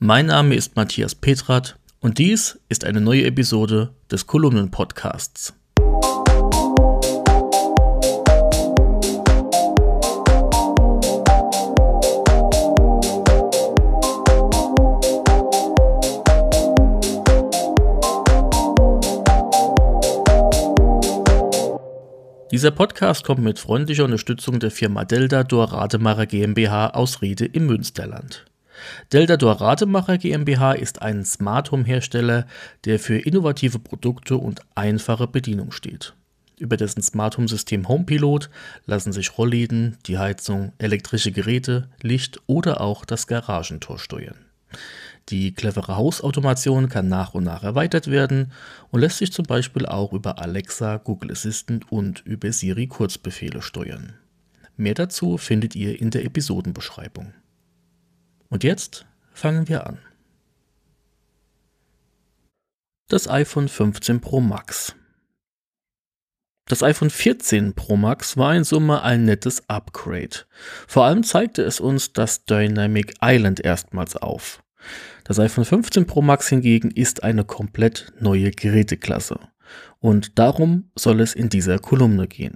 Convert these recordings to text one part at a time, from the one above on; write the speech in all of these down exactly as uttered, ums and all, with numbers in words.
Mein Name ist Matthias Petrath und dies ist eine neue Episode des Kolumnen-Podcasts. Dieser Podcast kommt mit freundlicher Unterstützung der Firma Delta-Dor Rademacher GmbH aus Riede im Münsterland. Delta-Dor Rademacher GmbH ist ein Smart Home Hersteller, der für innovative Produkte und einfache Bedienung steht. Über dessen Smart Home System HomePilot lassen sich Rollläden, die Heizung, elektrische Geräte, Licht oder auch das Garagentor steuern. Die clevere Hausautomation kann nach und nach erweitert werden und lässt sich zum Beispiel auch über Alexa, Google Assistant und über Siri Kurzbefehle steuern. Mehr dazu findet ihr in der Episodenbeschreibung. Und jetzt fangen wir an. Das iPhone fünfzehn Pro Max. Das iPhone vierzehn Pro Max war in Summe ein nettes Upgrade. Vor allem zeigte es uns das Dynamic Island erstmals auf. Das iPhone fünfzehn Pro Max hingegen ist eine komplett neue Geräteklasse. Und darum soll es in dieser Kolumne gehen.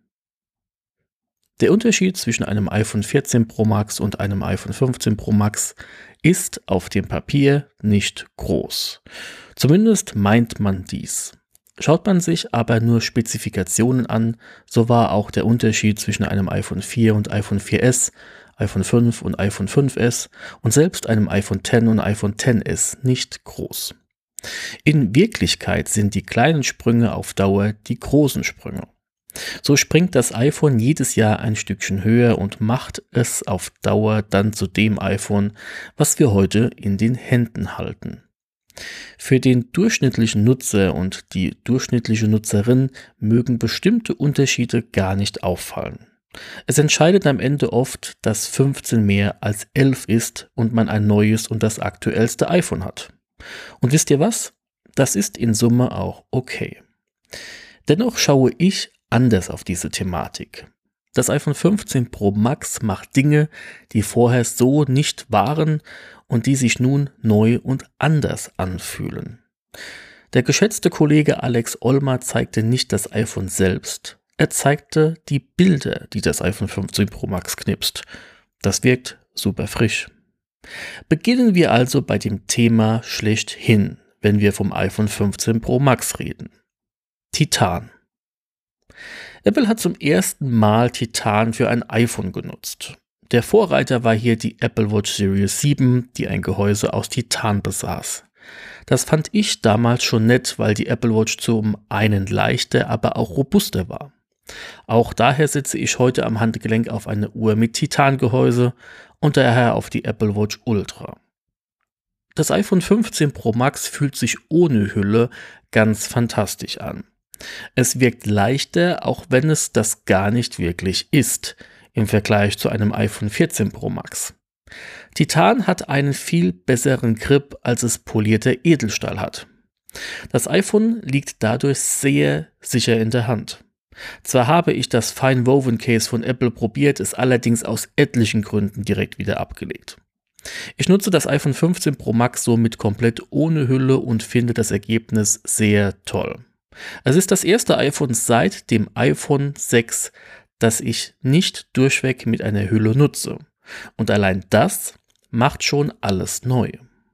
Der Unterschied zwischen einem iPhone vierzehn Pro Max und einem iPhone fünfzehn Pro Max ist auf dem Papier nicht groß. Zumindest meint man dies. Schaut man sich aber nur Spezifikationen an, so war auch der Unterschied zwischen einem iPhone vier und iPhone vier S, iPhone fünf und iPhone fünf S und selbst einem iPhone X und iPhone X S nicht groß. In Wirklichkeit sind die kleinen Sprünge auf Dauer die großen Sprünge. So springt das iPhone jedes Jahr ein Stückchen höher und macht es auf Dauer dann zu dem iPhone, was wir heute in den Händen halten. Für den durchschnittlichen Nutzer und die durchschnittliche Nutzerin mögen bestimmte Unterschiede gar nicht auffallen. Es entscheidet am Ende oft, dass fünfzehn mehr als elf ist und man ein neues und das aktuellste iPhone hat. Und wisst ihr was? Das ist in Summe auch okay. Dennoch schaue ich anders auf diese Thematik. Das iPhone fünfzehn Pro Max macht Dinge, die vorher so nicht waren und die sich nun neu und anders anfühlen. Der geschätzte Kollege Alex Ollmer zeigte nicht das iPhone selbst, er zeigte die Bilder, die das iPhone fünfzehn Pro Max knipst. Das wirkt super frisch. Beginnen wir also bei dem Thema schlechthin, wenn wir vom iPhone fünfzehn Pro Max reden. Titan. Apple hat zum ersten Mal Titan für ein iPhone genutzt. Der Vorreiter war hier die Apple Watch Series sieben, die ein Gehäuse aus Titan besaß. Das fand ich damals schon nett, weil die Apple Watch zum einen leichter, aber auch robuster war. Auch daher sitze ich heute am Handgelenk auf eine Uhr mit Titangehäuse und daher auf die Apple Watch Ultra. Das iPhone fünfzehn Pro Max fühlt sich ohne Hülle ganz fantastisch an. Es wirkt leichter, auch wenn es das gar nicht wirklich ist, im Vergleich zu einem iPhone vierzehn Pro Max. Titan hat einen viel besseren Grip, als es polierter Edelstahl hat. Das iPhone liegt dadurch sehr sicher in der Hand. Zwar habe ich das Fine Woven Case von Apple probiert, es allerdings aus etlichen Gründen direkt wieder abgelegt. Ich nutze das iPhone fünfzehn Pro Max somit komplett ohne Hülle und finde das Ergebnis sehr toll. Es ist das erste iPhone seit dem iPhone sechs, das ich nicht durchweg mit einer Hülle nutze. Und allein das macht schon alles neu.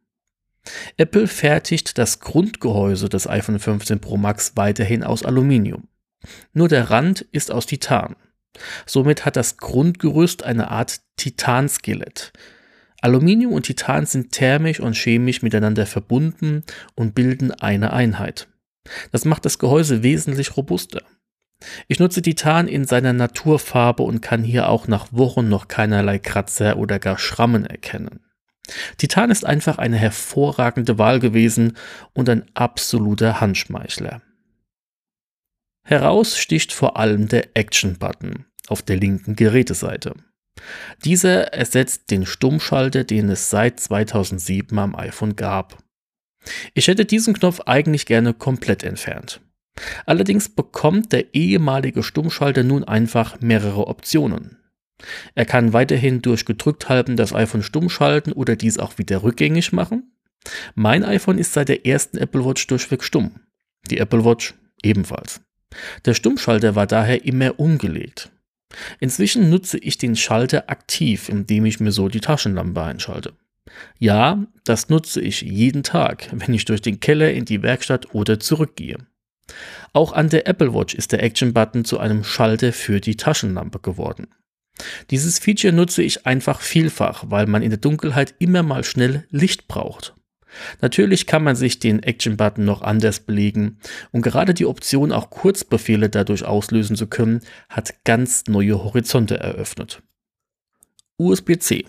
Apple fertigt das Grundgehäuse des iPhone fünfzehn Pro Max weiterhin aus Aluminium. Nur der Rand ist aus Titan. Somit hat das Grundgerüst eine Art Titanskelett. Aluminium und Titan sind thermisch und chemisch miteinander verbunden und bilden eine Einheit. Das macht das Gehäuse wesentlich robuster. Ich nutze Titan in seiner Naturfarbe und kann hier auch nach Wochen noch keinerlei Kratzer oder gar Schrammen erkennen. Titan ist einfach eine hervorragende Wahl gewesen und ein absoluter Handschmeichler. Heraus sticht vor allem der Action-Button auf der linken Geräteseite. Dieser ersetzt den Stummschalter, den es seit zweitausendsieben am iPhone gab. Ich hätte diesen Knopf eigentlich gerne komplett entfernt. Allerdings bekommt der ehemalige Stummschalter nun einfach mehrere Optionen. Er kann weiterhin durch gedrückt halten das iPhone stumm schalten oder dies auch wieder rückgängig machen. Mein iPhone ist seit der ersten Apple Watch durchweg stumm. Die Apple Watch ebenfalls. Der Stummschalter war daher immer umgelegt. Inzwischen nutze ich den Schalter aktiv, indem ich mir so die Taschenlampe einschalte. Ja, das nutze ich jeden Tag, wenn ich durch den Keller in die Werkstatt oder zurückgehe. Auch an der Apple Watch ist der Action-Button zu einem Schalter für die Taschenlampe geworden. Dieses Feature nutze ich einfach vielfach, weil man in der Dunkelheit immer mal schnell Licht braucht. Natürlich kann man sich den Action-Button noch anders belegen und gerade die Option, auch Kurzbefehle dadurch auslösen zu können, hat ganz neue Horizonte eröffnet. U S B C.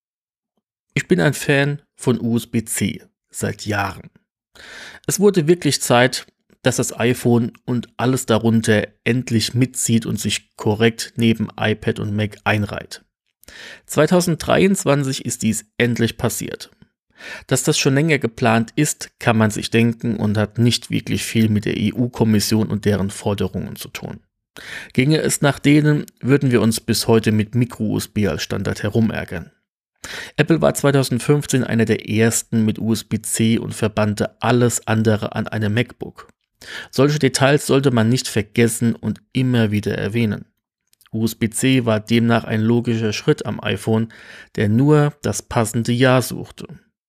Ich bin ein Fan von U S B C seit Jahren. Es wurde wirklich Zeit, dass das iPhone und alles darunter endlich mitzieht und sich korrekt neben iPad und Mac einreiht. zwanzig dreiundzwanzig ist dies endlich passiert. Dass das schon länger geplant ist, kann man sich denken und hat nicht wirklich viel mit der E U-Kommission und deren Forderungen zu tun. Ginge es nach denen, würden wir uns bis heute mit Micro-U S B als Standard herumärgern. Apple war zwanzig fünfzehn einer der ersten mit U S B C und verbannte alles andere an einem MacBook. Solche Details sollte man nicht vergessen und immer wieder erwähnen. U S B C war demnach ein logischer Schritt am iPhone, der nur das passende Jahr suchte.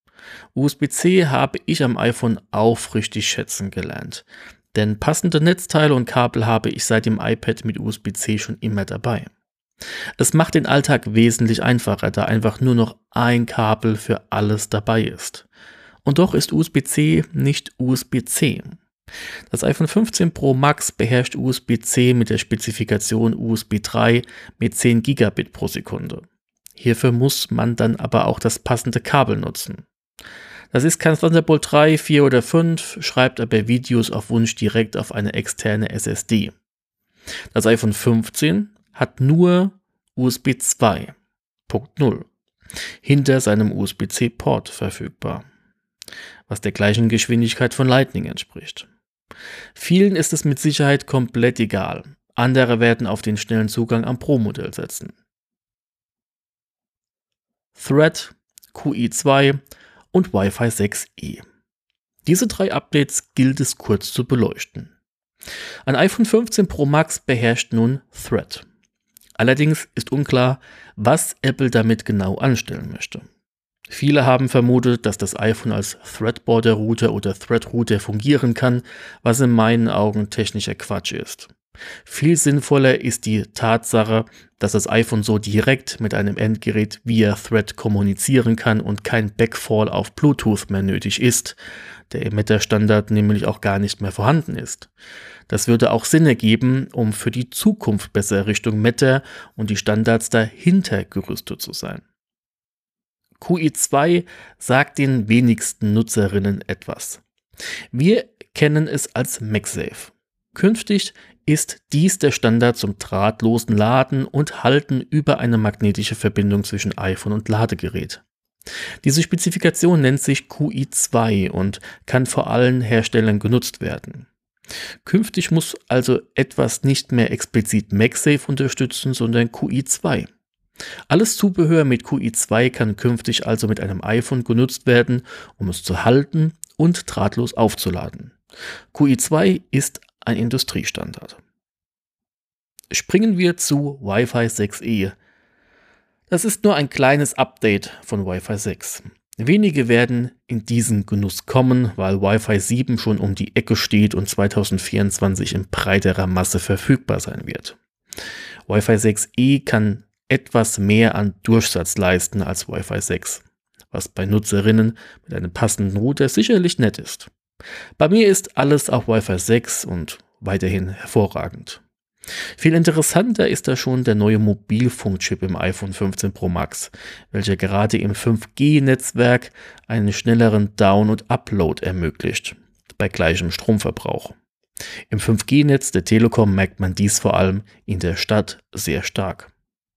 U S B C habe ich am iPhone aufrichtig schätzen gelernt, denn passende Netzteile und Kabel habe ich seit dem iPad mit U S B C schon immer dabei. Es macht den Alltag wesentlich einfacher, da einfach nur noch ein Kabel für alles dabei ist. Und doch ist U S B C nicht U S B C. Das iPhone fünfzehn Pro Max beherrscht U S B C mit der Spezifikation U S B drei mit zehn Gigabit pro Sekunde. Hierfür muss man dann aber auch das passende Kabel nutzen. Das ist kein Thunderbolt drei, vier oder fünf, schreibt aber Videos auf Wunsch direkt auf eine externe S S D. Das iPhone fünfzehn hat nur U S B zwei Punkt null hinter seinem U S B C-Port verfügbar, was der gleichen Geschwindigkeit von Lightning entspricht. Vielen ist es mit Sicherheit komplett egal. Andere werden auf den schnellen Zugang am Pro-Modell setzen. Thread, Q I zwei und Wi-Fi sechs E. Diese drei Updates gilt es kurz zu beleuchten. Ein iPhone fünfzehn Pro Max beherrscht nun Thread. Allerdings ist unklar, was Apple damit genau anstellen möchte. Viele haben vermutet, dass das iPhone als Threadborder-Router oder Thread-Router fungieren kann, was in meinen Augen technischer Quatsch ist. Viel sinnvoller ist die Tatsache, dass das iPhone so direkt mit einem Endgerät via Thread kommunizieren kann und kein Backfall auf Bluetooth mehr nötig ist, der im Meta-Standard nämlich auch gar nicht mehr vorhanden ist. Das würde auch Sinn ergeben, um für die Zukunft besser Richtung Meta und die Standards dahinter gerüstet zu sein. Q I zwei sagt den wenigsten Nutzerinnen etwas. Wir kennen es als MagSafe. Künftig ist dies der Standard zum drahtlosen Laden und Halten über eine magnetische Verbindung zwischen iPhone und Ladegerät. Diese Spezifikation nennt sich Q I zwei und kann vor allen Herstellern genutzt werden. Künftig muss also etwas nicht mehr explizit MagSafe unterstützen, sondern Q I zwei. Alles Zubehör mit Q I zwei kann künftig also mit einem iPhone genutzt werden, um es zu halten und drahtlos aufzuladen. Q I zwei ist ein Industriestandard. Springen wir zu Wi-Fi sechs E. Das ist nur ein kleines Update von Wi-Fi sechs. Wenige werden in diesen Genuss kommen, weil Wi-Fi sieben schon um die Ecke steht und zwanzig vierundzwanzig in breiterer Masse verfügbar sein wird. Wi-Fi sechs E kann etwas mehr an Durchsatz leisten als Wi-Fi sechs, was bei Nutzerinnen mit einem passenden Router sicherlich nett ist. Bei mir ist alles auf Wi-Fi sechs und weiterhin hervorragend. Viel interessanter ist da schon der neue Mobilfunkchip im iPhone fünfzehn Pro Max, welcher gerade im fünf G Netzwerk einen schnelleren Down- und Upload ermöglicht, bei gleichem Stromverbrauch. Im fünf G Netz der Telekom merkt man dies vor allem in der Stadt sehr stark.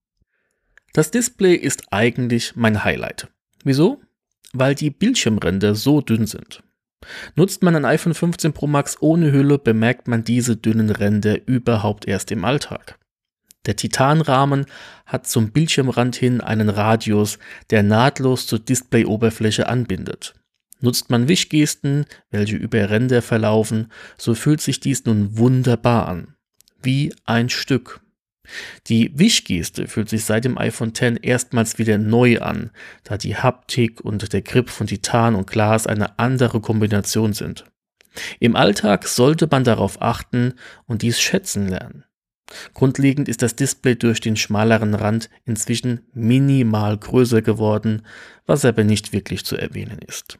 Das Display ist eigentlich mein Highlight. Wieso? Weil die Bildschirmränder so dünn sind. Nutzt man ein iPhone fünfzehn Pro Max ohne Hülle, bemerkt man diese dünnen Ränder überhaupt erst im Alltag. Der Titanrahmen hat zum Bildschirmrand hin einen Radius, der nahtlos zur Displayoberfläche anbindet. Nutzt man Wischgesten, welche über Ränder verlaufen, so fühlt sich dies nun wunderbar an. Wie ein Stück. Die Wischgeste fühlt sich seit dem iPhone X erstmals wieder neu an, da die Haptik und der Grip von Titan und Glas eine andere Kombination sind. Im Alltag sollte man darauf achten und dies schätzen lernen. Grundlegend ist das Display durch den schmaleren Rand inzwischen minimal größer geworden, was aber nicht wirklich zu erwähnen ist.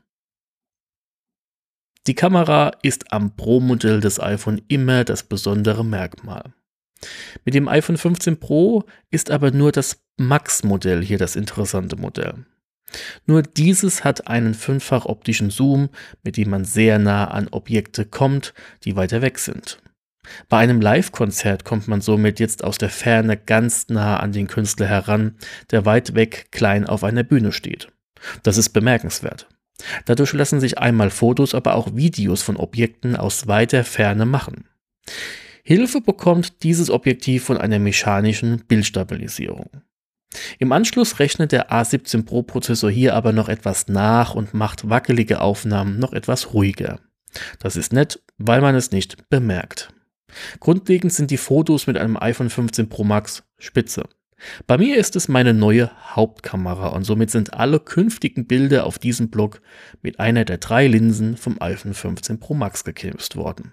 Die Kamera ist am Pro-Modell des iPhone immer das besondere Merkmal. Mit dem iPhone fünfzehn Pro ist aber nur das Max-Modell hier das interessante Modell. Nur dieses hat einen fünffach optischen Zoom, mit dem man sehr nah an Objekte kommt, die weiter weg sind. Bei einem Live-Konzert kommt man somit jetzt aus der Ferne ganz nah an den Künstler heran, der weit weg klein auf einer Bühne steht. Das ist bemerkenswert. Dadurch lassen sich einmal Fotos, aber auch Videos von Objekten aus weiter Ferne machen. Hilfe bekommt dieses Objektiv von einer mechanischen Bildstabilisierung. Im Anschluss rechnet der A siebzehn Pro Prozessor hier aber noch etwas nach und macht wackelige Aufnahmen noch etwas ruhiger. Das ist nett, weil man es nicht bemerkt. Grundlegend sind die Fotos mit einem iPhone fünfzehn Pro Max spitze. Bei mir ist es meine neue Hauptkamera und somit sind alle künftigen Bilder auf diesem Blog mit einer der drei Linsen vom iPhone fünfzehn Pro Max geknipst worden.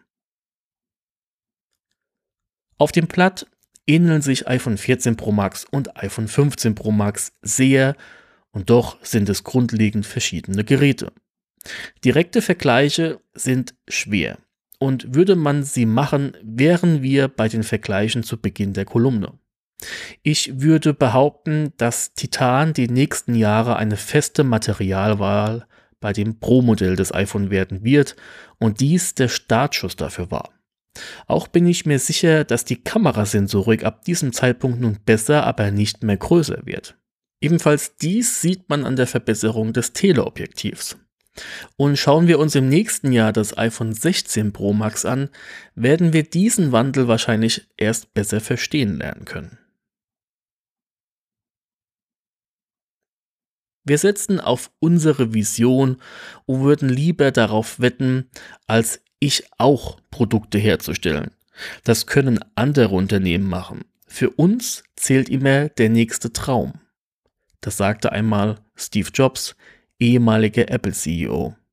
Auf dem Blatt ähneln sich iPhone vierzehn Pro Max und iPhone fünfzehn Pro Max sehr und doch sind es grundlegend verschiedene Geräte. Direkte Vergleiche sind schwer und würde man sie machen, wären wir bei den Vergleichen zu Beginn der Kolumne. Ich würde behaupten, dass Titan die nächsten Jahre eine feste Materialwahl bei dem Pro-Modell des iPhone werden wird und dies der Startschuss dafür war. Auch bin ich mir sicher, dass die Kamerasensorik ab diesem Zeitpunkt nun besser, aber nicht mehr größer wird. Ebenfalls dies sieht man an der Verbesserung des Teleobjektivs. Und schauen wir uns im nächsten Jahr das iPhone sechzehn Pro Max an, werden wir diesen Wandel wahrscheinlich erst besser verstehen lernen können. Wir setzen auf unsere Vision und würden lieber darauf wetten, als ich auch Produkte herzustellen. Das können andere Unternehmen machen. Für uns zählt immer der nächste Traum. Das sagte einmal Steve Jobs, ehemaliger Apple C E O.